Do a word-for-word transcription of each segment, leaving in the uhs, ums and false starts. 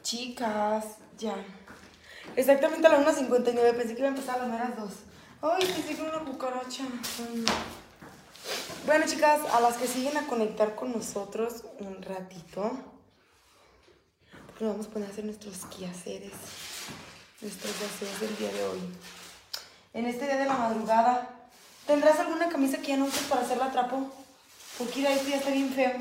Chicas, ya. Exactamente a las una cincuenta y nueve. Pensé que iba a empezar a las meras dos. Ay, pensé que era una cucaracha. Ay, no. Bueno, chicas, a las que siguen a conectar con nosotros un ratito, porque nos vamos a poner a hacer nuestros quehaceres, nuestros quehaceres del día de hoy. En este día de la madrugada, ¿tendrás alguna camisa que ya no uses para hacer la trapo? Porque mira, esto ya está bien feo.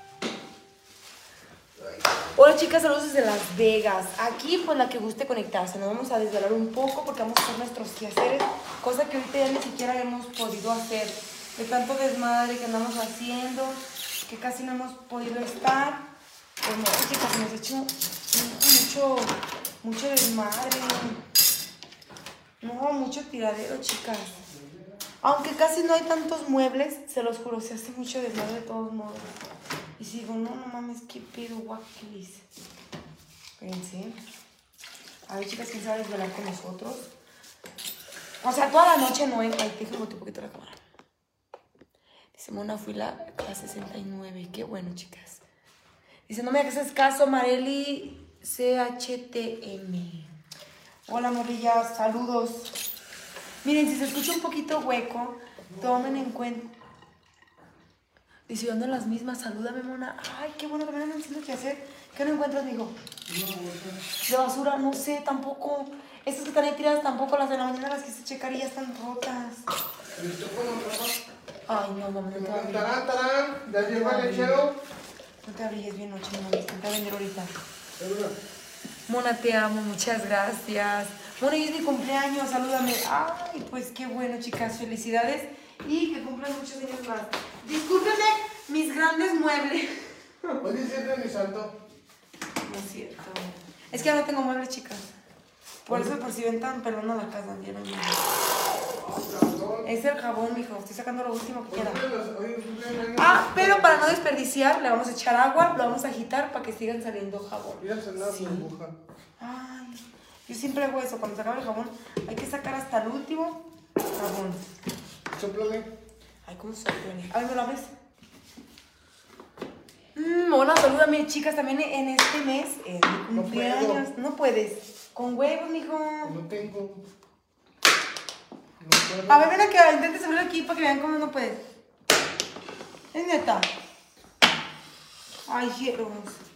Hola chicas, saludos desde Las Vegas. Aquí pues la que guste conectarse. Nos vamos a desvelar un poco porque vamos a hacer nuestros quehaceres, cosa que ahorita ya ni siquiera hemos podido hacer. De tanto desmadre que andamos haciendo, que casi no hemos podido estar. Pues no, chicas, se nos ha hecho mucho, mucho desmadre. No, mucho tiradero, chicas. Aunque casi no hay tantos muebles, se los juro, se hace mucho desmadre de todos modos. Y sigo, no, no mames, qué pedo, guaquilis. Espérense. A ver, chicas, ¿quién sabe desvelar con nosotros? O sea, toda la noche no, ¿eh? Ay, déjame un poquito la cámara. Dice, Mona, fui la, la sesenta y nueve. Qué bueno, chicas. Dice, no me hagas caso, Marely C H T M. Hola, morrillas, saludos. Miren, si se escucha un poquito hueco, tomen en cuenta. Dice, yo ando en las mismas, salúdame, Mona. Ay, qué bueno que me andan diciendo qué hacer. ¿Qué no encuentras, mijo? De basura, no sé, tampoco. Estas que están ahí tiradas tampoco, las de la mañana las quise checar y ya están rotas. Ay, no, mamá, no te abrí. Tarán, tarán, ya llegó el lechero. No te abrí, es bien noche, no, te voy a vender ahorita. Mona, te amo, muchas gracias. Mona, hoy es mi cumpleaños, salúdame. Ay, pues qué bueno, chicas, felicidades. Y que cumplan muchos años más. Discúlpenme mis grandes muebles. Hoy es cierto mi santo. No es cierto. Es que ya no tengo muebles, chicas. Por eso, por si ven tan pelona la casa, ¿entienden? Es el jabón, mijo. Estoy sacando lo último que queda. Ah, pero para no desperdiciar, le vamos a echar agua, lo vamos a agitar para que sigan saliendo jabón. Mira, se la burbuja. Ay, yo siempre hago eso. Cuando se acaba el jabón, hay que sacar hasta el último jabón. Sóplale. Ay, ¿cómo soplan? A ver, ¿me lo abres? Mmm, Mona, salúdame, chicas, también en este mes es mi cumpleaños. No, no puedes. Con huevos, mijo. No tengo. No puedo. A ver, ven acá, intentes abrir aquí para que vean cómo no puedes. Es neta. Ay, hieros.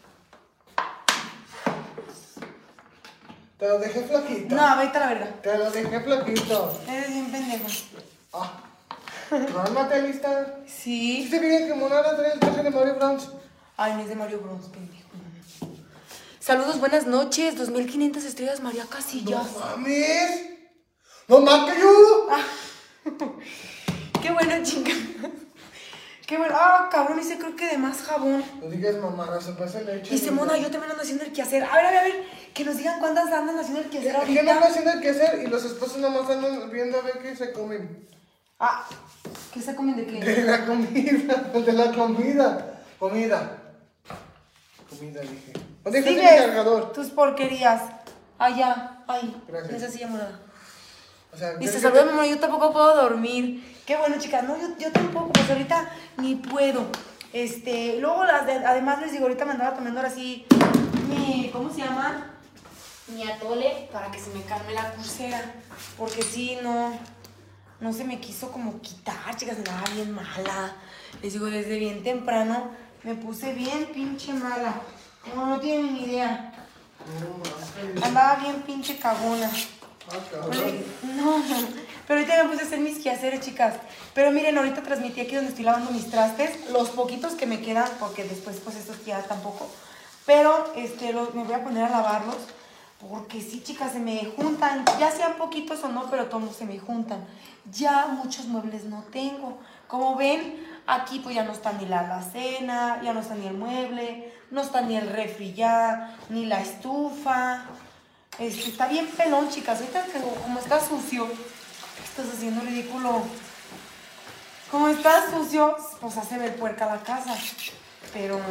Te lo dejé flaquito. No, vete a la verga. Te lo dejé flaquito. Eres bien pendejo. Ah. ¿Cálmate, lista? Sí. ¿Sí te viene que Monara trae el traje de Mario Bros? Ay, no es de Mario Bros, pendejo. Saludos, buenas noches. dos mil quinientas estrellas, María Casillas. No mames. No mames, que yo. Ah. Qué bueno, chica. Qué bueno. Ah, cabrón, hice creo que de más jabón. No digas mamá, se pasa leche. Dice, Mona, yo también ando haciendo el quehacer. A ver, a ver, a ver. Que nos digan cuántas andan haciendo el quehacer ahorita. ¿Qué no andan haciendo el quehacer? Y los esposos nomás andan viendo a ver qué se comen. Ah, ¿qué se comen de qué? De la comida, de la comida. Comida. Comida, dije. ¿Dónde dejaste mi cargador? Tus porquerías. Allá, ay. Gracias. En esa silla morada. O sea, Dice, salúdame, mamá, yo tampoco puedo dormir. Qué bueno, chicas. No, yo, yo tampoco, pues ahorita ni puedo. Este, luego, las de, además les digo, ahorita me andaba tomando ahora sí mi, ¿cómo se llama? Mi atole para que se me calme la pulsera. Porque sí, no, no se me quiso como quitar, chicas, andaba bien mala. Les digo, desde bien temprano me puse bien pinche mala. No, no tienen ni idea. Andaba bien pinche cagona. No, pero ahorita me puse a hacer mis quehaceres, chicas. Pero miren, ahorita transmití aquí donde estoy lavando mis trastes, los poquitos que me quedan, porque después pues estos ya tampoco. Pero este, los, me voy a poner a lavarlos, porque sí, chicas, se me juntan, ya sean poquitos o no, pero todos se me juntan. Ya muchos muebles no tengo. Como ven, aquí pues ya no está ni la alacena, ya no está ni el mueble, no está ni el refri ya, ni la estufa. Este, está bien pelón, chicas. Ahorita como está sucio, estás haciendo ridículo. Como está sucio, pues hace ver puerca la casa. Pero...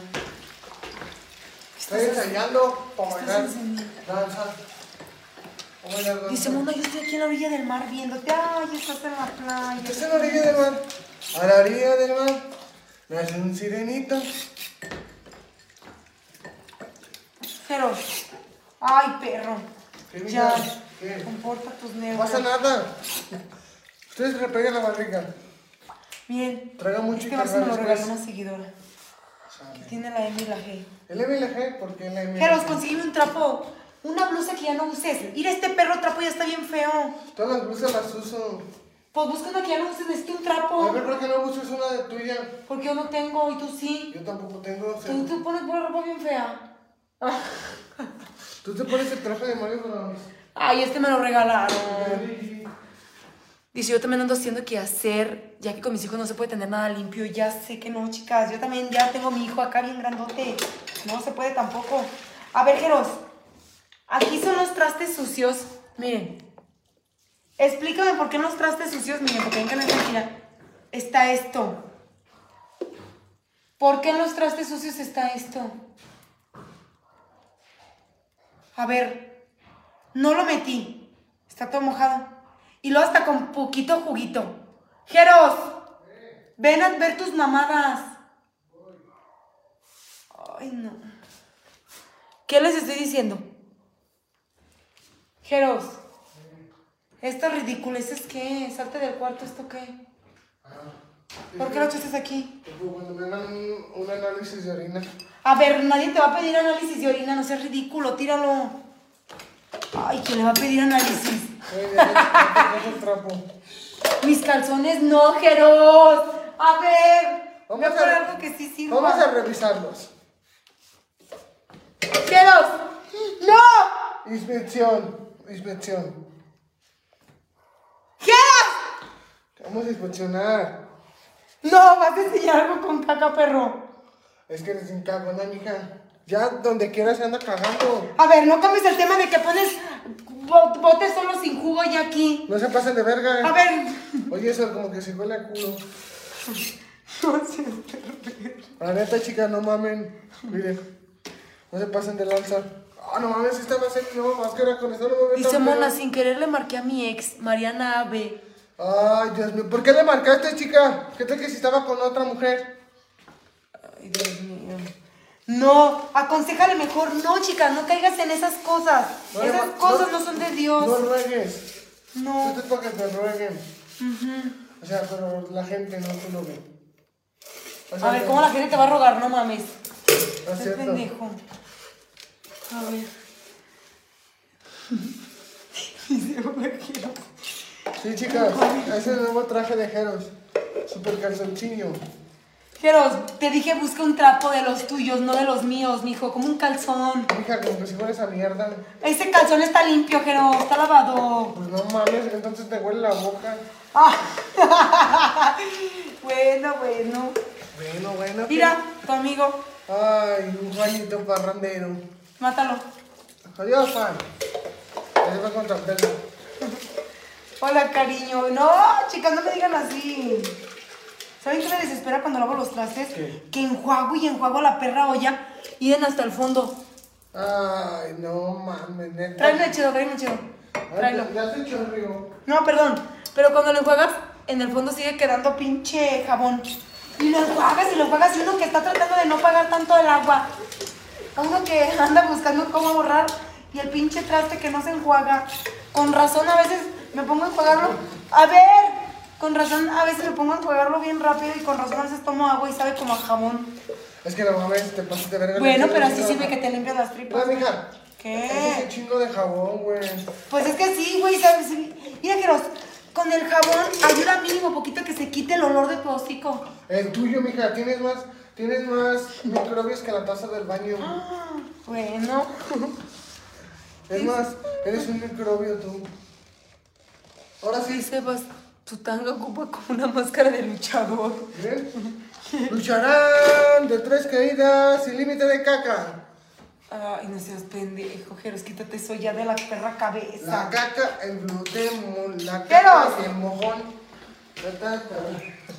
Estoy ensayando para bailar danza. Dice, Mona, yo estoy aquí en la orilla del mar viéndote. Ay, estás en la playa. ¿Estás en la orilla del mar? A la orilla del mar me hace un sirenito. Jeros. Ay, perro. ¿Qué, Ya. ¿Qué? Comporta tus No nervios. pasa nada. Ustedes repeguen la barriga. Bien. Traga mucho Es y que te más me lo después. regaló una seguidora. Chale. Que tiene la M y la G. ¿El M y la G? ¿Por qué el M y la Jeros, G? consígueme un trapo. Una blusa que ya no uses. Mira, este perro trapo ya está bien feo. Todas las blusas las uso. Pues busca una que ya no uses, necesito un A trapo. ver, ¿por qué no usas una de tuya? Porque yo no tengo y tú sí. Yo tampoco tengo. O sea, Tú, tú pones pura ropa bien fea. Ah. tú te pones el traje de Mario Bros. Ay, este me lo regalaron. Dice, yo también ando haciendo qué hacer, ya que con mis hijos no se puede tener nada limpio. Ya sé que no, chicas. Yo también ya tengo mi hijo acá bien grandote. No se puede tampoco. A ver, Jeros. Aquí son los trastes sucios. Miren. Explícame por qué en los trastes sucios, miren, porque ven que no es mentira. Está esto. ¿Por qué en los trastes sucios está esto? A ver. No lo metí. Está todo mojado. Y luego hasta con poquito juguito. Jeros, ven a ver tus mamadas. Ay, no. ¿Qué les estoy diciendo? Jeros, ¿esto ridículo? ¿Es qué? Salte del cuarto, ¿esto qué? ¿Por qué lo echaste aquí? Cuando me hagan un, un análisis de orina. A ver, nadie te va a pedir análisis de orina, no seas ridículo, tíralo. Ay, ¿quién le va a pedir análisis? Oye, ya, ya, ya, el trapo. Mis calzones no, Jeros. A ver, Vamos voy a a poner re- algo que sí sirva. Vamos a revisarlos. Jeros, no. Inspección. Inspección. Jeros. Vamos a inspeccionar. No, vas a enseñar algo con caca, perro. Es que eres sin cagona, mija. Ya donde quiera se anda cagando. A ver, no cambies el tema de que pones bo- botes solo sin jugo ya aquí. No se pasen de verga. A ver. Oye, eso como que se huele a culo. No sé. La neta, chica, no mamen. Miren. No se pasen de lanza. Ah, no mames, esta va a ser mi nueva máscara. Con esto no me veo Dice tan Mona, feo. sin querer le marqué a mi ex, Mariana Ave. Ay, Dios mío. ¿Por qué le marcaste, chica? ¿Qué tal que si estaba con otra mujer? Ay, Dios mío. No, aconsejale mejor. No, chica, no caigas en esas cosas. No, esas no, cosas no, no, son de Dios. No ruegues. No. Esto es para que te rueguen. Ujú. O sea, pero la gente no tú lo ves. O sea, A ver, no- ¿cómo la gente te va a rogar? No mames. No es Es cierto. pendejo. A ver. Dice, hola, quiero. Sí, chicas, ese es el nuevo traje de Jeros. Super calzoncillo. Jeros, te dije busca un trapo de los tuyos, no de los míos, mijo, como un calzón. Mija, como que si fuera esa mierda. Ese calzón está limpio, Jeros, está lavado. Pues no mames, entonces te huele la boca. Ah. Bueno, bueno. Bueno, bueno. ¿qué? Mira, tu amigo, Ay, un Juanito parrandero. mátalo. Adiós, Juan. Ya se va contra pelo. Hola, cariño. No, chicas, no me digan así. ¿Saben qué me desespera cuando lavo los trastes? ¿Qué? Que enjuago y enjuago la perra olla y den hasta el fondo. Ay, no mames, neta. Tráelo, chido, tráelo, chido. Ay, Tráelo. ya se chorrió. No, perdón. Pero cuando lo enjuagas, en el fondo sigue quedando pinche jabón. Y lo enjuagas y lo enjuagas y uno que está tratando de no pagar tanto el agua. A uno que anda buscando cómo borrar y el pinche traste que no se enjuaga. Con razón a veces me pongo a enjuagarlo. A ver, con razón a veces me pongo a enjuagarlo bien rápido y con razón a veces tomo agua y sabe como a jabón. Es que no mames, te pasas de verga. Bueno, le pero echas así un sirve chingo que te limpias las de- tripas. Mira, mija. ¿Qué? Es un chingo de jabón, güey. Pues es que sí, güey, ¿sabes? Mira, Jeros, con el jabón ayuda mínimo poquito que se quite el olor de tu hocico. El tuyo, mija, tienes más, tienes más microbios que la taza del baño. Ah, bueno. Es más, eres un microbio tú. Ahora sí, Sí, Sebas, tu tanga ocupa como una máscara de luchador. ¿ven? Lucharán de tres caídas sin límite de caca. Ay, no seas pendejo, Jeros, quítate eso ya de la perra cabeza. La caca, el glutemo, la ¡Jeros! caca y el mojón. Ta, ta, ta.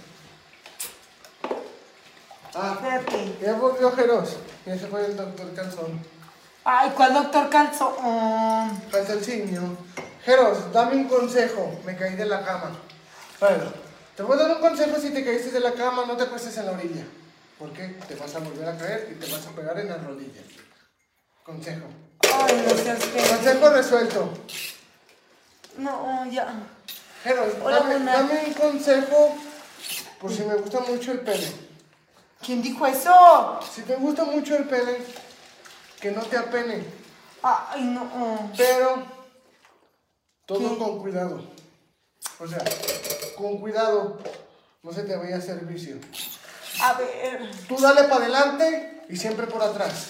Ah, Espérate. ya volvió Jeros. Y ese fue el doctor Calzón. Ay, ¿cuál doctor Calzón? Calzoncillo. Jeros, dame un consejo. Me caí de la cama. Bueno, te voy a dar un consejo si te caíste de la cama, no te acuestes en la orilla. ¿Por qué? Te vas a volver a caer y te vas a pegar en las rodillas. Consejo. Ay, no seas feo. Consejo resuelto. No, ya. Jero, Hola, dame, Mona. dame un consejo por si me gusta mucho el pene. ¿Quién dijo eso? Si te gusta mucho el pene, que no te apene. Ay, no. Pero todo ¿Qué? con cuidado. O sea, con cuidado. No se te vaya a hacer vicio. A ver. Tú dale para adelante y siempre por atrás.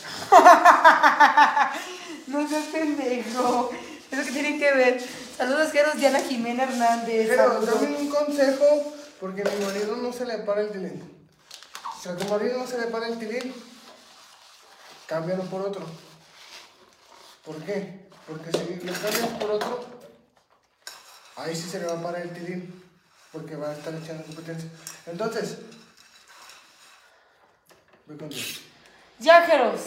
No seas pendejo. Eso que tiene que ver. Saludos, Jeros, Diana Jimena Hernández. Pero Saludos. dame un consejo porque a mi marido no se le para el tilín. Si a tu marido no se le para el tilín, cámbialo por otro. ¿Por qué? Porque si lo cambias por otro, ahí sí se le va a parar el tilín. Porque va a estar echando competencia. Entonces, voy contigo. Ya, Jeros.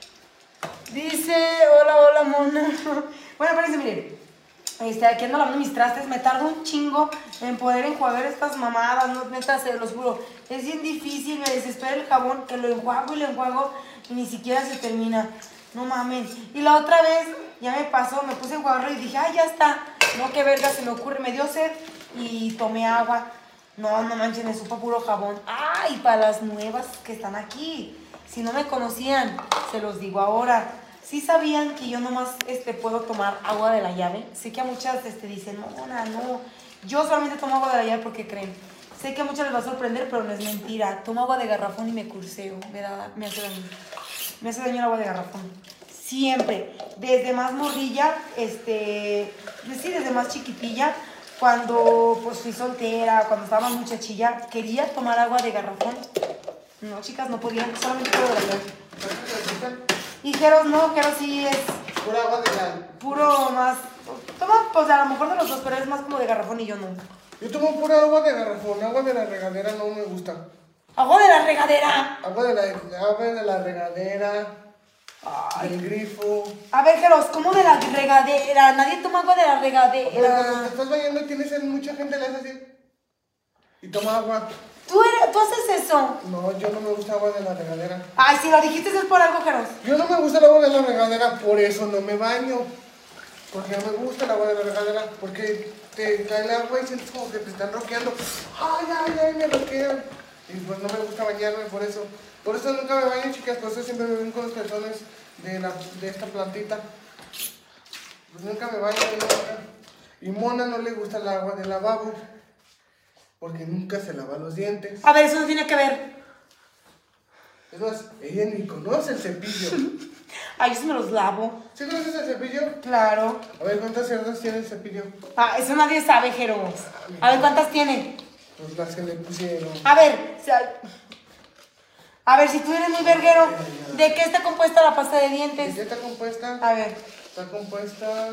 Dice, hola, hola, mona. Bueno, parece, miren. Este, aquí ando lavando mis trastes. Me tardo un chingo en poder enjuagar estas mamadas. No, neta, se los juro. Es bien difícil, me desespera el jabón. Que lo enjuago y lo enjuago y ni siquiera se termina. No mames. Y la otra vez, ya me pasó, me puse a enjuagarlo y dije, ay, ya está. No, qué verga, se me ocurre. Me dio sed y tomé agua. No, no manches, me supo puro jabón. Ay, para las nuevas que están aquí. Si no me conocían, se los digo ahora. ¿Sí sabían que yo nomás este, puedo tomar agua de la llave? Sé que a muchas este, dicen, no, no, no. Yo solamente tomo agua de la llave porque creen. Sé que a muchas les va a sorprender, pero no es mentira. Tomo agua de garrafón y me curseo. Me, da, me hace daño. Me hace daño el agua de garrafón. Siempre. Desde más morrilla, este... sí, desde más chiquitilla. Cuando pues, fui soltera, cuando estaba más muchachilla, quería tomar agua de garrafón. No, chicas, no podían. Solamente puedo de la llave. Y Jeros no, Jeros sí es Pura agua de la... puro más... Toma, pues a lo mejor de los dos, pero es más como de garrafón y yo no. Yo tomo pura agua de garrafón. Agua de la regadera no me gusta. ¡Agua de la regadera! Agua de la, agua de la regadera. Ay. Del grifo. A ver, Jeros, ¿cómo de la regadera? Nadie toma agua de la Pero cuando te regadera. estás bañando y tienes sed, mucha gente le hace así. Y toma agua. ¿Tú, eres, ¿Tú haces eso? No, yo no me gusta agua de la regadera. Ay, si lo dijiste es por algo, Jeros. Yo no me gusta el agua de la regadera, por eso no me baño. Porque no me gusta el agua de la regadera. Porque te cae el agua y sientes como que te están roqueando. Ay, ay, ay, me roquean. Y pues no me gusta bañarme por eso. Por eso nunca me baño, chicas. Por eso siempre me ven con los calzones de, la, de esta plantita. Pues nunca me baño, nunca. Y Mona no le gusta el agua del lavabo. Porque nunca se lava los dientes. A ver, eso no tiene que ver. Es más, ella ni conoce el cepillo. Ay, yo sí me los lavo. ¿Sí conoces el cepillo? Claro. A ver, ¿cuántas cerdas tiene el cepillo? Ah, eso nadie sabe, Jeros. A ver, ¿cuántas tiene? Pues las que le pusieron. A ver, o sea, a ver, si tú eres muy verguero, ¿de qué está compuesta la pasta de ¿De qué dientes? está compuesta? A ver, Está compuesta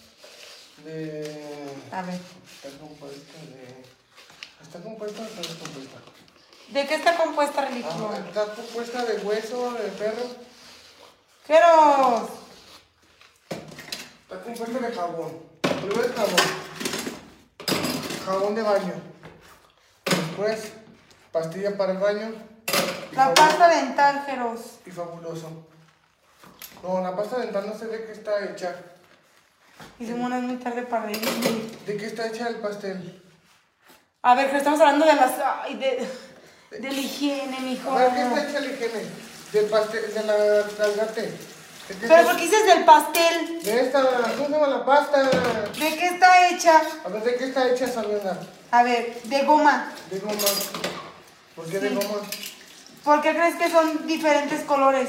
de... a ver. Está compuesta de... ¿Está compuesta o está descompuesta? ¿De qué está compuesta, ridículo? Ah, está compuesta de hueso, de perro. Jeros. Está compuesta de jabón. Primero es jabón. Jabón de baño. Después, pastilla para el baño. y La jabón- pasta dental, Jeros. Y fabuloso. No, la pasta dental no sé de qué está hecha. Y se muere muy tarde para reír. ¿De qué está hecha el pastel? A ver, Jeros, estamos hablando de las... Ay, de, de la higiene, mijo. A ver, ¿qué está hecha la higiene? Del pastel, de la calgate. ¿De qué Pero está- ¿por qué dices del pastel? De esta, ¿cómo se llama la pasta? ¿De qué está hecha? A ver, ¿de qué está hecha esa mierda? A ver, de goma. De goma. ¿Por qué de Sí. goma? ¿Por qué crees que son diferentes colores?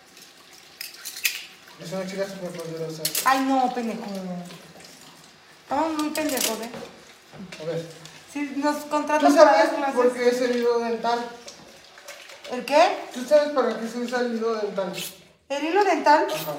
Es una chica súper poderosa. Ay, no, pendejo. Estamos muy pendejos, ¿eh? A ver. Si nos ¿Tú contratan para sabes dar clases. por qué es el hilo dental? ¿El qué? ¿Tú sabes para qué se usa el hilo dental? El hilo dental Ajá.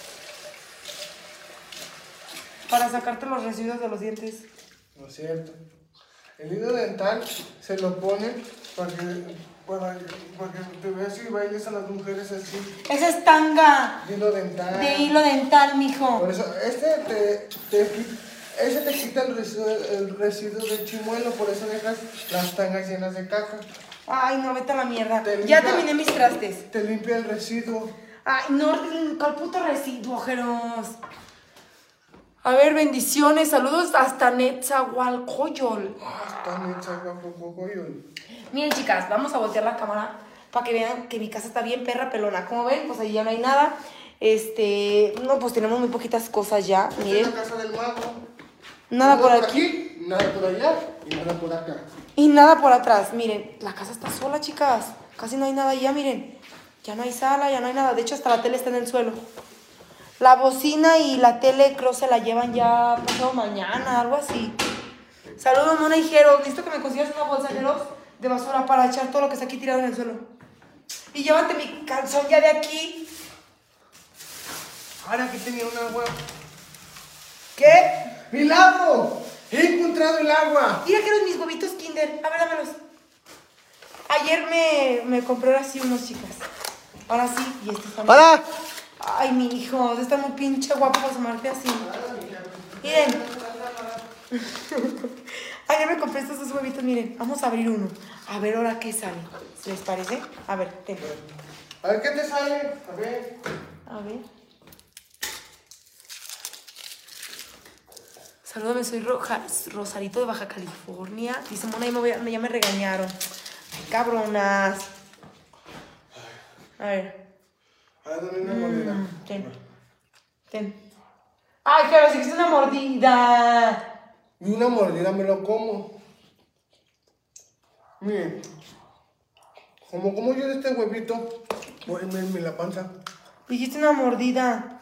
para sacarte los residuos de los dientes. No es cierto. El hilo dental se lo ponen para que, para, para que te veas y bailes a las mujeres así. Esa es tanga Hilo dental. de hilo dental, mijo. Por eso, este te, te, qui- ese te quita el residuo, el residuo del chimuelo, por eso dejas las tangas llenas de caca. Ay, no, vete a la mierda. Te Ya limpia- terminé mis trastes. Te limpia el residuo. Ay, no, ¿cuál puto residuo, Jeros? A ver, bendiciones, saludos hasta Netzahualcoyol. Hasta Netzahualcoyol. Miren, chicas, vamos a voltear la cámara para que vean que mi casa está bien perra pelona. Como ven, pues ahí ya no hay nada. Este, no, pues tenemos muy poquitas cosas ya. Miren. Esta es la casa del mago. Nada, nada por, por aquí, aquí, nada por allá y nada por acá. Y nada por atrás. Miren, la casa está sola, chicas. Casi no hay nada ya, miren. Ya no hay sala, ya no hay nada. De hecho, hasta la tele está en el suelo. La bocina y la tele creo se la llevan ya pasado mañana, algo así. Saludos, Mona y Jeros. Necesito que me consigas una bolsa, Jeros, de basura para echar todo lo que está aquí tirado en el suelo. Y llévate mi calzón ya de aquí. Ahora que tenía un agua. ¿Qué? ¡Milagro! ¡He encontrado el agua! Mira, Jeros, mis huevitos Kinder. A ver, dámelos. Ayer me, me compré así unos, chicas. Ahora sí, y estos también. ¡Para! Ay, mi hijo, está muy pinche guapo para asomarte así. Miren. Ayer me compré estos dos huevitos, miren. Vamos a abrir uno. A ver ahora qué sale. ¿Les parece? A ver, ten. A ver qué te sale. A ver. A ver. Salúdame, soy Roja, Rosarito de Baja California. Dice Mona, ya me, voy a, ya me regañaron. Ay, cabronas. A ver. A ver, dame una mordida. Mm, ten. Ten. Ay, pero si es una mordida. Y una mordida me lo como. Miren. Como como yo de este huevito, voy me, me la panza. Dijiste una mordida.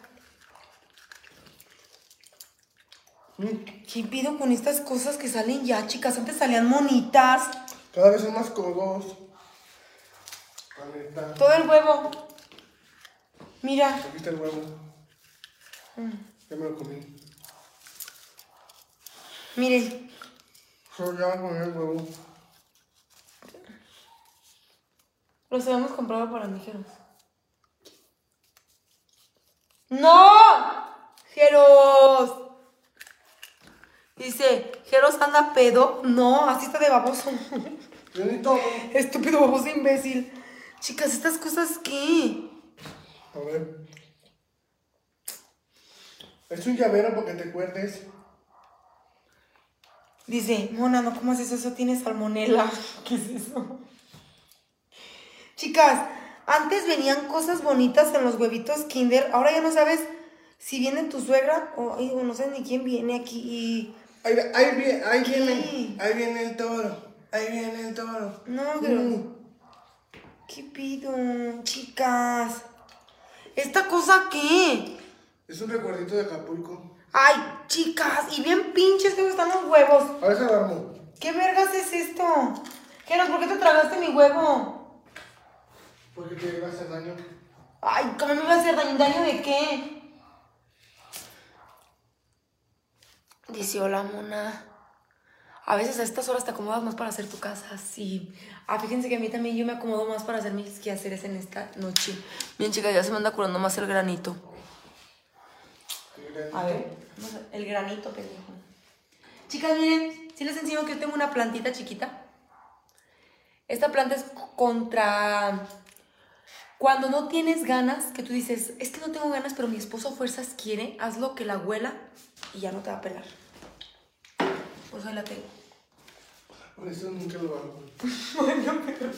¿Mm? ¿Qué pido con estas cosas que salen ya, chicas? Antes salían monitas. Cada vez son más codos. Neta. Todo el huevo. Mira. Aquí está el huevo. Mm. Ya me lo comí. Miren. Solo ya con el huevo. Los habíamos comprado para ligeros. ¡No! ¡Jeros! Dice, ¿Jeros anda pedo? No, así está de baboso. Yo ni tomo. Estúpido baboso imbécil. Chicas, ¿estas cosas qué? A ver. Es un llavero porque te acuerdes. Dice, Mona, no comas eso, eso tiene salmonela. ¿Qué es eso? Chicas, antes venían cosas bonitas en los huevitos Kinder. Ahora ya no sabes si viene tu suegra o, ay, no sé ni quién viene aquí. Y... Ahí, ahí, viene, ahí, viene, ahí viene el toro. Ahí viene el toro. No, pero... Mm. ¿Qué pido, chicas? ¿Esta cosa qué? Es un recuerdito de Acapulco. Ay, chicas, y bien pinches que están los huevos. A ver, se lo armo. ¿Qué vergas es esto? Geros, ¿por qué te tragaste mi huevo? Porque te iba a hacer daño. Ay, ¿cómo me va a hacer daño? ¿Daño de qué? Dice, hola, Mona. A veces a estas horas te acomodas más para hacer tu casa, sí. Ah, fíjense que a mí también yo me acomodo más para hacer mis quehaceres en esta noche. Bien, chicas, ya se me anda curando más el granito. El granito. A ver, el granito, pendejo. Chicas, miren, si les enseño que yo tengo una plantita chiquita. Esta planta es contra... Cuando no tienes ganas, que tú dices, es que no tengo ganas, pero mi esposo a fuerzas quiere, hazlo que la abuela y ya no te va a pelar. Por eso ahí la tengo. Por eso nunca lo hago. Bueno, pero...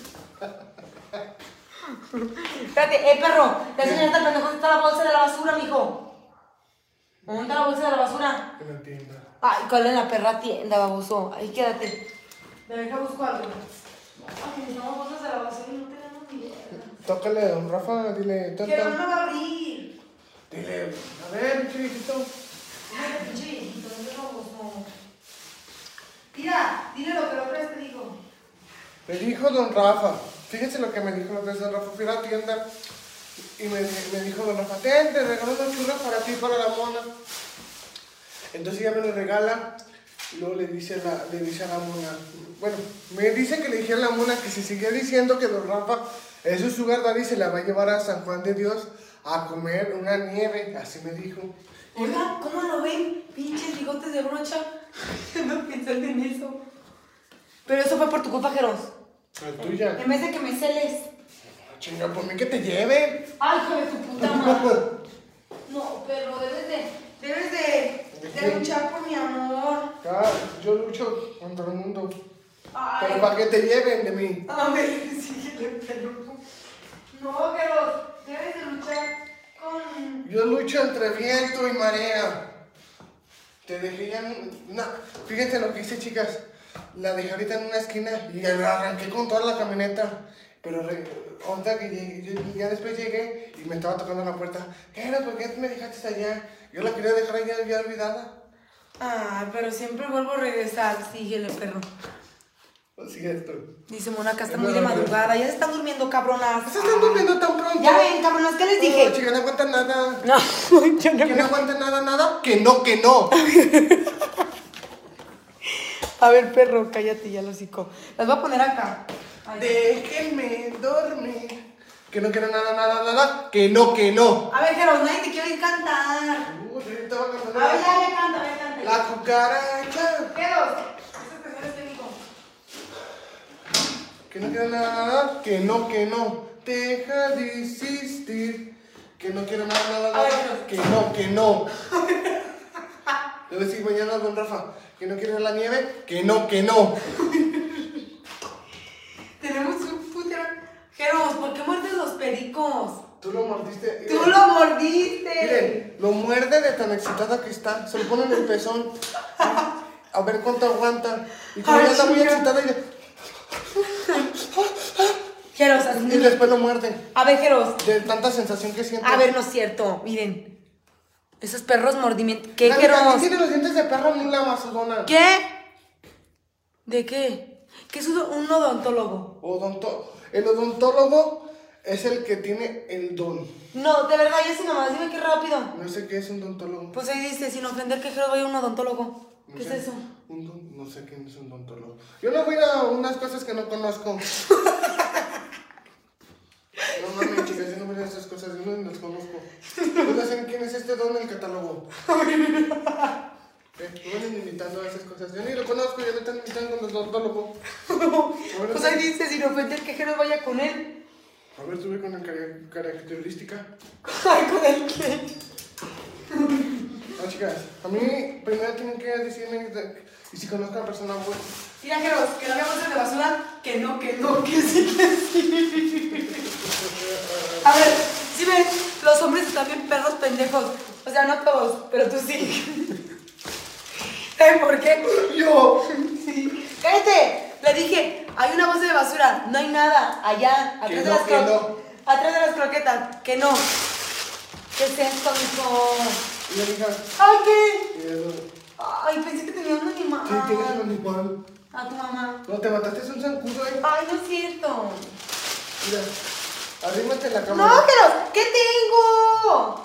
Espérate, eh, perro, la señorita pendejo, ¿dónde está la bolsa de la basura, mijo? ¿Dónde está la bolsa de la basura? En la tienda. Ay, ¿cuál es la perra tienda, baboso? Ahí quédate. Me deja busco algo. Ay, necesitamos bolsas de la basura y no tenemos ni idea. Tócale a don Rafa, dile. Tata. Que no me va a abrir. Dile, a ver, chiquitito. Ay, pinche viejito, no te baboso. Mira, dile lo que la otra vez te dijo. Me dijo don Rafa. Fíjense lo que me dijo la otra vez don Rafa. Fui a la tienda y me, me dijo don Rafa, ten, te regalo unos churros para ti, para la mona. Entonces ella me lo regala y luego le dice, la, le dice a la mona, bueno, me dice que le dije a la mona que si seguía diciendo que don Rafa es su sugar daddy, se la va a llevar a San Juan de Dios a comer una nieve, así me dijo. Oiga, ¿cómo lo ven? Pinches bigotes de brocha. No pensaste en eso. Pero eso fue por tu culpa, Jeros. La tuya. En vez de que me celes. Chinga, por mí que te lleve. Ay, hijo de tu puta para que te lleven de mí. A ver, síguele, perro. No, pero debes de luchar con... Yo lucho entre viento y marea. Te dejé ya en... No, fíjense lo que hice, chicas. La dejé ahorita en una esquina y la arranqué con toda la camioneta. Pero re... onda que llegué, yo, ya después llegué y me estaba tocando la puerta. Era, ¿por qué me dejaste allá? Yo la quería dejar allá ya olvidada. Ah, pero siempre vuelvo a regresar. Síguele, perro. Así es, esto. Dice Mónica, está muy de madrugada. Ya se están durmiendo, cabronas. ¿Se están durmiendo tan pronto? Ya ven, cabronas, ¿qué les dije? No, chica, no aguantan nada. No, yo no. ¿Que no aguantan nada, nada? Que no, que no. A ver, perro, cállate ya, lo hocico. Las voy a poner acá. Ay. Déjenme dormir. Que no quiero nada, nada, nada. Que no, que no. A ver, Jero, nadie te quiere cantar. Uh, yo estaba cantando. A ver, ya, ya canta, a ver, canta. La cucaracha. Jero, eso es es técnico. Que no quiero nada, nada. Que no, que no. Deja de insistir. Que no quiero nada, nada, A ver, nada. Que no, que no. Le voy a decir mañana a don Rafa. Que no quiere la nieve. Que no, que no. Tenemos un putero. Jero, ¿por qué muerdes los pericos? Tú lo mordiste. ¡Tú lo mordiste! Miren, lo muerde de tan excitada que está. Se lo pone en el pezón. A ver cuánto aguanta. Y como Ay, ya está muy chica. excitada y, de- Jeros, y así. después lo muerden. A ver, Jeros. De tanta sensación que siente. A ver, no es cierto. Miren. Esos perros mordimientos. ¿Qué, La Jeros? neta, tiene los dientes de perro muy la masudona. ¿Qué? ¿De qué? ¿Qué es un un odontólogo? Odonto... El odontólogo es el que tiene el don. No, de verdad, ya sí nomás, dime qué rápido. No sé qué es un odontólogo. Pues ahí dice, sin ofender que Jeros vaya a un odontólogo. No ¿Qué sé. es eso? Un don... No sé quién es un odontólogo. Yo no voy a unas cosas que no conozco. No mames, chicas, yo no voy a esas cosas, yo no las conozco. No sé quién es este don en el catálogo. Eh, me van invitando a esas cosas. Yo ni lo conozco, ya me están invitando con los odontólogos. Pues ahí dice, sin ofender que Jeros vaya con él. A ver, sube con la cara- característica. Ay, ¿con él qué? No, chicas, a mí primero tienen que decirme de- y si conozco a la persona buena. Mira, Jeros, que no hagamos de basura. Que no, que no, que sí, que sí. A ver, si ven, los hombres están bien perros pendejos. O sea, no todos, pero tú sí. ¿Saben por qué? Yo. Sí. ¡Cállate! Le dije, hay una bolsa de basura. No hay nada. Allá, Que atrás de no, las que cro- no. Atrás de las croquetas. Que no. ¿Qué es esto, mijo? Y le dije, ¡Ay, qué! y él, Ay, pensé que tenía un animal. sí, tienes un animal. A tu mamá. No, te mataste, es un zancudo, eh. Ay, no es cierto. Mira, arrímate la cámara. No, pero ¿qué tengo?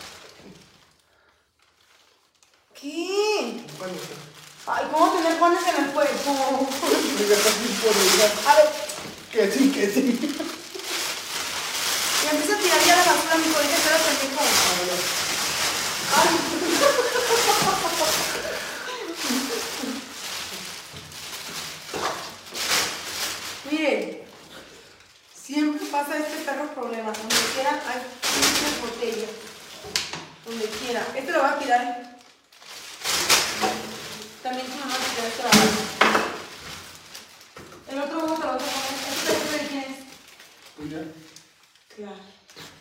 ¿Qué? Un panito. Ay, ¿cómo tener panes en el cuerpo? Mira, está bien podrida. A ver, Que sí, que sí. me empieza a tirar ya la basura, mi colega, espera, pendejo. Ay. Miren, siempre pasa este perro problema. Donde quiera hay muchas botellas. Donde quiera. Este lo voy a tirar. También tu mamá te tira esto abajo. El otro huevo te lo vas a poner. ¿Este perro de quién es? Pues ya. Claro.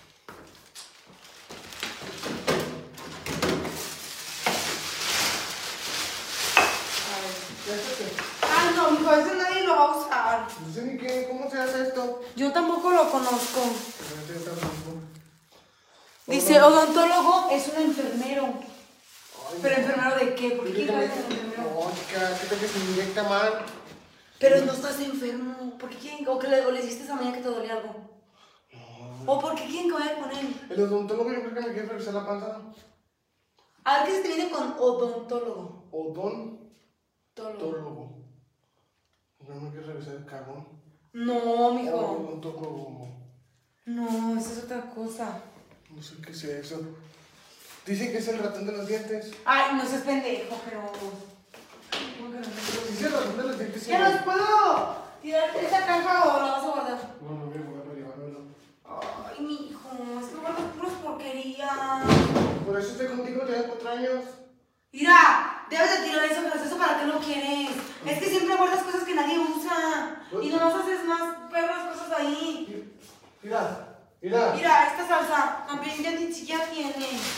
¿Ya está qué? Ay, no, mijo, ese nadie lo va a usar. No sé ni qué, ¿cómo se hace esto? Yo tampoco lo conozco. Pero ya tampoco. Dice, odontólogo es un enfermero. Ay, ¿Pero no. enfermero de qué? ¿Por qué Dile que crees me- en enfermero? No, chica, ¿qué tal que se me inyecta mal? Pero no estás enfermo. ¿Por qué quieren o que le, o le hiciste esa mañana que te dolía algo? No. ¿O por qué quieren que vaya con él? El odontólogo yo creo que me quiere revisar la panza. A ver qué se te viene con odontólogo. Odontólogo. Tólogo. No me quiere revisar el cagón. No, mijo. Odontólogo. No, eso es otra cosa. No sé qué sea eso. Dicen que es el ratón de los dientes. Ay, no seas pendejo, pero... ¿Cómo que no? ¿Sí es el ratón de los dientes? Sí, ¿Ya no. los puedo tirar esta caja o la vas a guardar? No, no voy a guardarlo, llevármelo. Ay, mi hijo, es que guardas puras porquerías. Por eso estoy contigo, te cuatro años. Mira, Debes de tirar eso, pero eso para qué lo quieres. Es que siempre guardas cosas que nadie usa. Y nomás haces más perras cosas ahí. Mira, mira. Mira, esta salsa también ya ni siquiera tiene.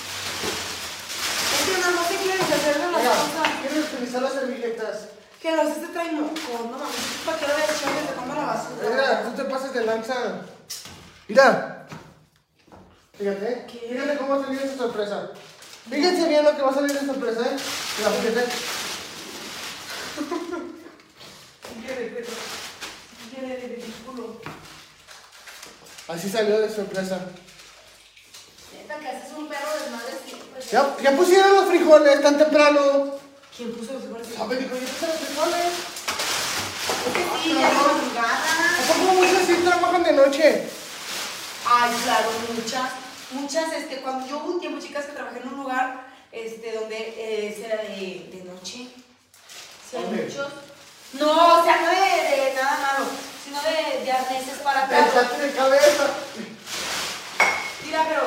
Es que no se quiere deshacer de las cosas. ¿Quieres utilizar las servilletas? Que los este trae moco, no mames, ¿para qué lo voy a echar que se coma la basura? Mira, tú te pasas de lanza. Mira. Fíjate, ¿Qué? fíjate cómo va a salir esa sorpresa. Fíjense bien lo que va a salir de sorpresa, ¿eh? Mira, fíjate. Así salió de sorpresa. Neta que haces un perro desmadre siempre. Ya, ya pusieron los frijoles tan temprano. ¿Quién puso los frijoles? ¿Sabes? Dijo, ya puse los frijoles. Es que sí, ya es madrugada. ¿A poco muchas sí trabajan de noche? Ay, claro, muchas. Muchas, este, cuando yo hubo un tiempo, chicas, que trabajé en un lugar, este, donde eh, era de, de noche. Sí, hay ¿Dónde? muchos. No, o sea, no de, de nada malo, sino de, de arneses para perros. Pensate de cabeza. Mira, pero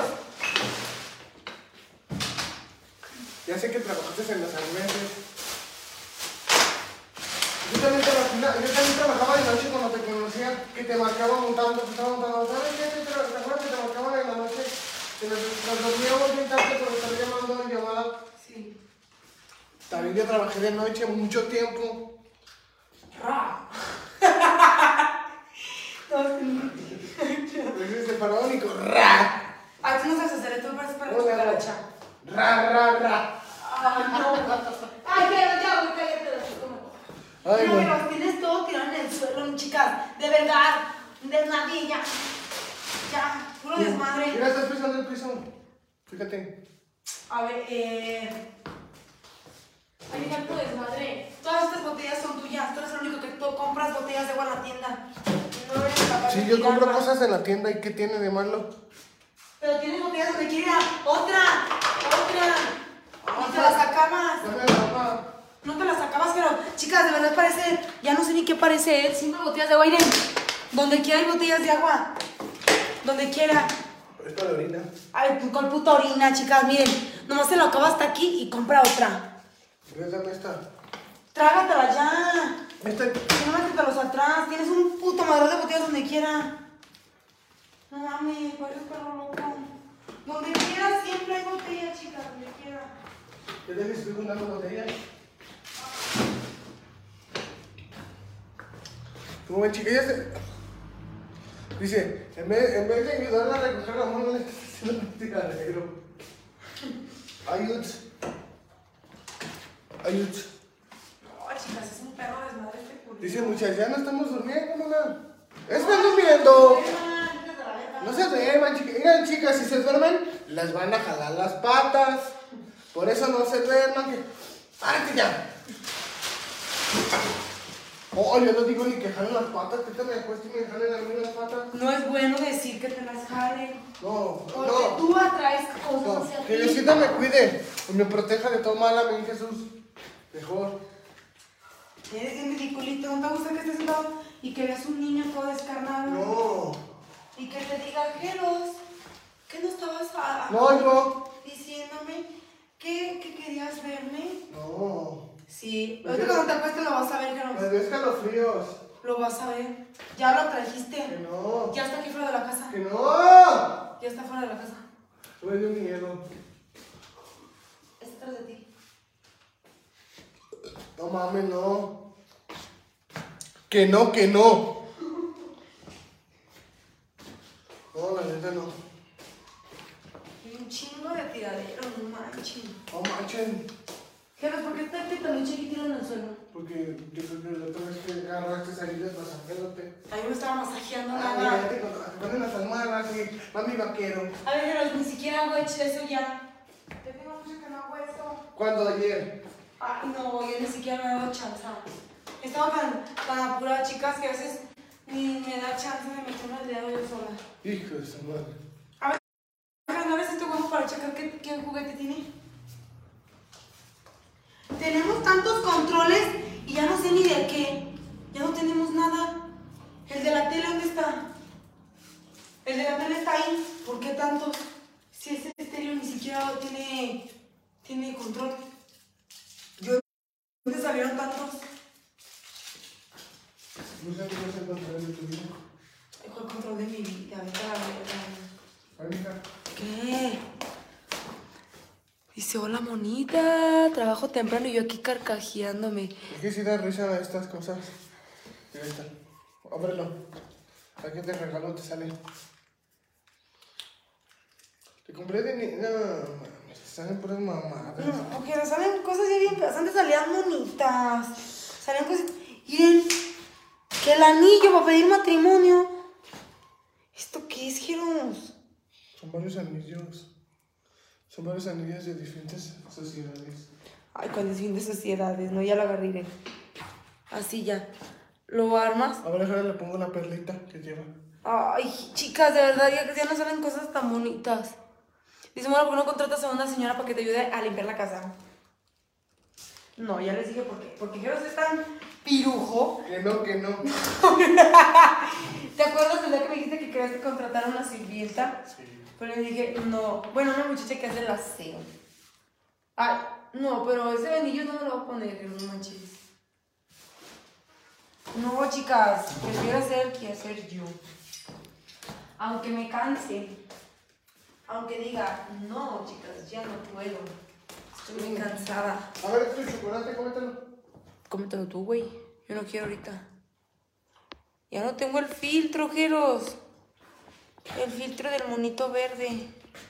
Ya sé que trabajaste en los arneses. Yo también, trabajaba, yo también trabajaba de noche cuando te conocía, que te marcaba montando, te estaba montando. ¿Sabes qué? ¿Te, te acuerdas que te marcaban en la noche? Que nos, nos dormíamos bien tarde por estar llamando en llamada. sí. También yo trabajé de noche mucho tiempo. Ra. Entonces se faraónico. Ra. A veces no sabes hacer esto, pareces para Hola, cucaracha. Ra, ra, ra. Ay, no. Ay, ya, ya, güey, cállate. Ay, Mira, no. pero tienes todo tirado en el suelo, chicas. De verdad. Desmadilla. Ya, puro desmadre. Mira, estás pisando el piso. Fíjate. A ver, eh. Ay, mira, puro desmadre. Todas estas botellas son tuyas. Tú eres el único que tú compras botellas de agua en la tienda. No eres capaz Sí, de yo compro tirarlas. cosas en la tienda y ¿qué tiene de malo? Pero tienes botellas donde quiera. Otra. Otra. Y te las acabas. Dame la ropa. No te las acabas, pero chicas, de verdad parece, ya no sé ni qué parece, ¿eh? Siempre botellas de agua, miren, donde quiera hay botellas de agua, donde quiera. Es para la orina. Ay, con puta orina, chicas, miren, nomás se lo acaba hasta aquí y compra otra. Dame esta. Trágatela ya, Esta. y no métetelos atrás, tienes un puto madral de botellas donde quiera. No mames, parece perro loco. Donde quiera siempre hay botellas, chicas, donde quiera. ¿Qué te estoy juntando botellas? Como ven, chica, ya se... Dice, en vez, en vez de ayudarla a recoger la mano, le estás haciendo un tiradero. Ayud. Ayud. No, chicas, es un perro desmadre este culo. Dice, muchachas, ya no estamos durmiendo, mamá. ¡Están durmiendo! No se duerman, chicas. Miren, chicas, si se duermen, las van a jalar las patas. Por eso no se duerman. Que... ¡Párate ya! Oh, yo no digo ni que jalen las patas, que te me acuesto y me jalen a mí las patas. No es bueno decir que te las jalen. No, Porque no. tú atraes cosas No, hacia que ti. Diosita me cuide y me proteja de todo mal, amén, Jesús. Mejor. Eres bien ridiculito, ¿no te gusta que estés sentado y que veas un niño todo descarnado? No. Y que te diga, Geros, ¿qué no estabas a- No, yo. diciéndome que, que querías verme? No. Sí, ahorita cuando te acuestes lo vas a ver, Me Geros. dio escalofríos. Lo vas a ver. Ya lo Que trajiste. no. Ya está aquí fuera de la casa. Que no. Ya está fuera de la casa. Me dio miedo. Está atrás de ti. No mames, no. Que no, que no. No, la neta no. Y un chingo de tiradero, no manches. No manchen. Geros, ¿por qué está este peluche aquí tirado en el suelo? Porque yo creo que la otra vez que agarraste salidas masajándote. A mí me estaba masajeando Ah, nada. mira, te ponen las almohadas y mami vaquero. A ver, pero ni siquiera hago hecho eso ya. Te tengo mucho que no hago eso. ¿Cuándo? Ayer. Ay, no, yo ni siquiera me he dado chance. He estado tan, tan apurada, chicas, que a veces ni me da chance de meterme el dedo yo sola. Hijo de su madre. A ver, ¿no ves este huevo para checar qué, qué juguete tiene? Tenemos tantos controles y ya no sé ni de qué. Ya no tenemos nada. El de la tele, ¿dónde está? El de la tele está ahí. ¿Por qué tantos? Si ese estéreo ni siquiera tiene, tiene control. Yo ¿Dónde salieron tantos? No sé qué vas a encontrar en tu vida. Dejo el control de mi vida. Vete a la Ay, mija. ¿Qué? Dice, hola monita, trabajo temprano y yo aquí carcajeándome. Es que si da risa estas cosas. Mira, ahí está. Ábrelo. Aquí te regalo, te sale. Te compré de ni... No, mames, salen puras mamadas. No, ok, salen cosas ya bien feas. Antes salían bonitas. Salían cosas... Miren, que el anillo para pedir matrimonio. ¿Esto qué es, Jeros? Son varios anillos. Son varios anillos de diferentes sociedades. Ay, con diferentes sociedades, no, ya lo agarré. Así ya. ¿Lo armas? A ver, ahora le pongo la perlita que lleva. Ay, chicas, de verdad, ya, ya no salen cosas tan bonitas. Dice, bueno, ¿por qué no contratas a una señora para que te ayude a limpiar la casa? No, ya les dije por qué. Porque Jeros es tan pirujo. Que no, que no. ¿Te acuerdas del día que me dijiste que querías contratar a una sirvienta? Sí. Pero le dije, no. Bueno, una muchacha que hace el aseo. Ay, no, pero ese anillo no me lo voy a poner, no manches. No, chicas, prefiero hacer que hacer yo. Aunque me canse. Aunque diga, no, chicas, ya no puedo. Estoy muy cansada. A ver, tu chocolate, cómetelo. Cómetelo tú, güey. Yo no quiero ahorita. Ya no tengo el filtro, Jeros. El filtro del monito verde.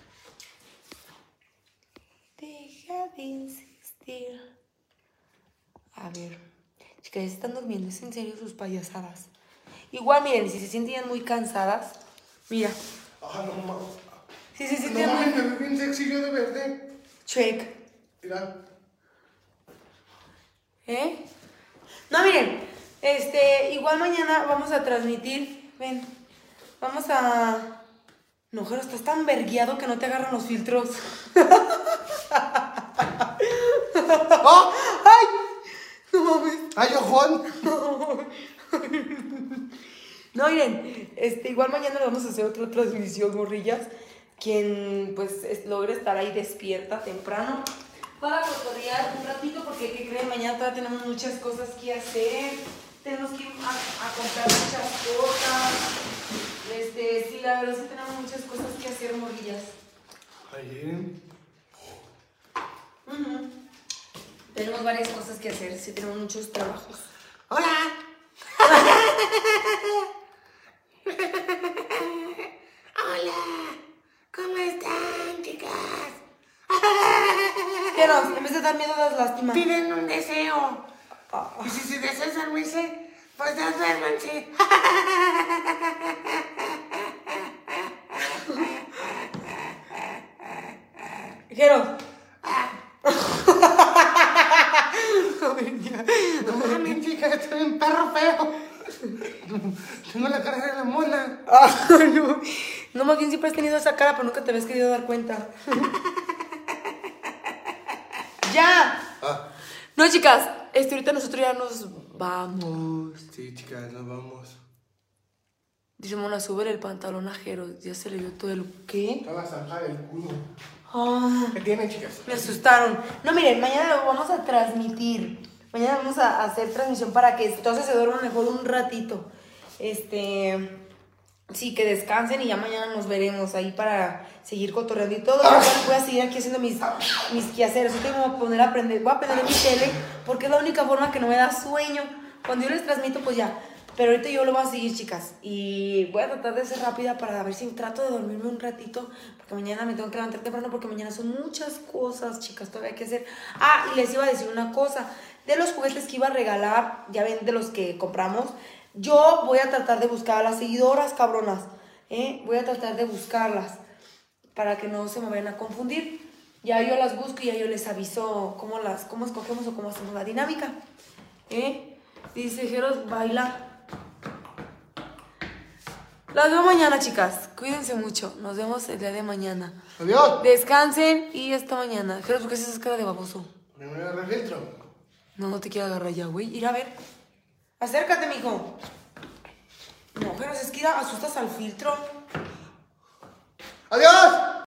Deja de insistir. A ver. Chicas, ya se están durmiendo. ¿Es en serio sus payasadas? Igual, miren, si se sienten muy cansadas. Mira. Ah, no mames. Si se No sienten mames, muy... me vi bien sexy yo de verde. Check. Mira. ¿Eh? No, miren. Este, igual mañana vamos a transmitir. Ven. Vamos a... No, Jero, estás tan vergueado que no te agarran los filtros. ¡Oh! ¡Ay! No mames. ¡Ay, ojón! No, miren, este, igual mañana le vamos a hacer otra transmisión, morrillas. Quien, pues, es- logre estar ahí despierta temprano para cotorrear un ratito, porque, ¿qué creen? Mañana todavía tenemos muchas cosas que hacer. Tenemos que ir a, a comprar muchas cosas. Este, sí, la verdad, sí tenemos muchas cosas que hacer, morrillas. Ayer. Ujú. Tenemos varias cosas que hacer, sí, tenemos muchos trabajos. ¡Hola! Hola. ¿Cómo están, chicas? ¿Qué nos? En vez de dar miedo, das lástima. Piden un deseo. Ah. Y si se desean dormirse, pues ya duérmanse. Jeros. No mames, chicas, estoy un perro feo. Tengo la cara de la mona. Ah, no. No, más bien siempre has tenido esa cara, pero nunca te habías querido dar cuenta. ¡Ya! Ah, No, chicas, este, ahorita nosotros ya nos vamos. sí, chicas, nos vamos. Dice Mona, sube el pantalón a Jeros. Ya se le vio todo el... ¿Qué? Está la zanja del culo. Ah, ¿Qué tiene, chicas? me asustaron. No, miren, mañana lo vamos a transmitir. Mañana vamos a hacer transmisión para que entonces se duerman mejor un ratito. Este... Sí, que descansen y ya mañana nos veremos ahí para seguir cotorreando y todo. Yo igual voy a seguir aquí haciendo mis, mis quehaceres. Yo tengo que poner a aprender, voy a aprender mi tele porque es la única forma que no me da sueño. Cuando yo les transmito, pues ya. Pero ahorita yo lo voy a seguir, chicas. Y voy a tratar de ser rápida para ver si trato de dormirme un ratito. Porque mañana me tengo que levantar temprano porque mañana son muchas cosas, chicas, todavía hay que hacer. Ah, y les iba a decir una cosa. De los juguetes que iba a regalar, ya ven, de los que compramos, yo voy a tratar de buscar a las seguidoras, cabronas. ¿eh? Voy a tratar de buscarlas para que no se me vayan a confundir. Ya yo las busco y ya yo les aviso cómo, las, cómo escogemos o cómo hacemos la dinámica. ¿eh? Dice Jeros, baila. Las veo mañana, chicas. Cuídense mucho. Nos vemos el día de mañana. Adiós. Descansen y hasta mañana. Jeros, ¿por qué haces esa cara de baboso? Me voy a agarrar el filtro. No, no te quiero agarrar ya, güey. Ir a ver. Acércate, mijo. No, Jeros, es que ir a- asustas al filtro. ¡Adiós!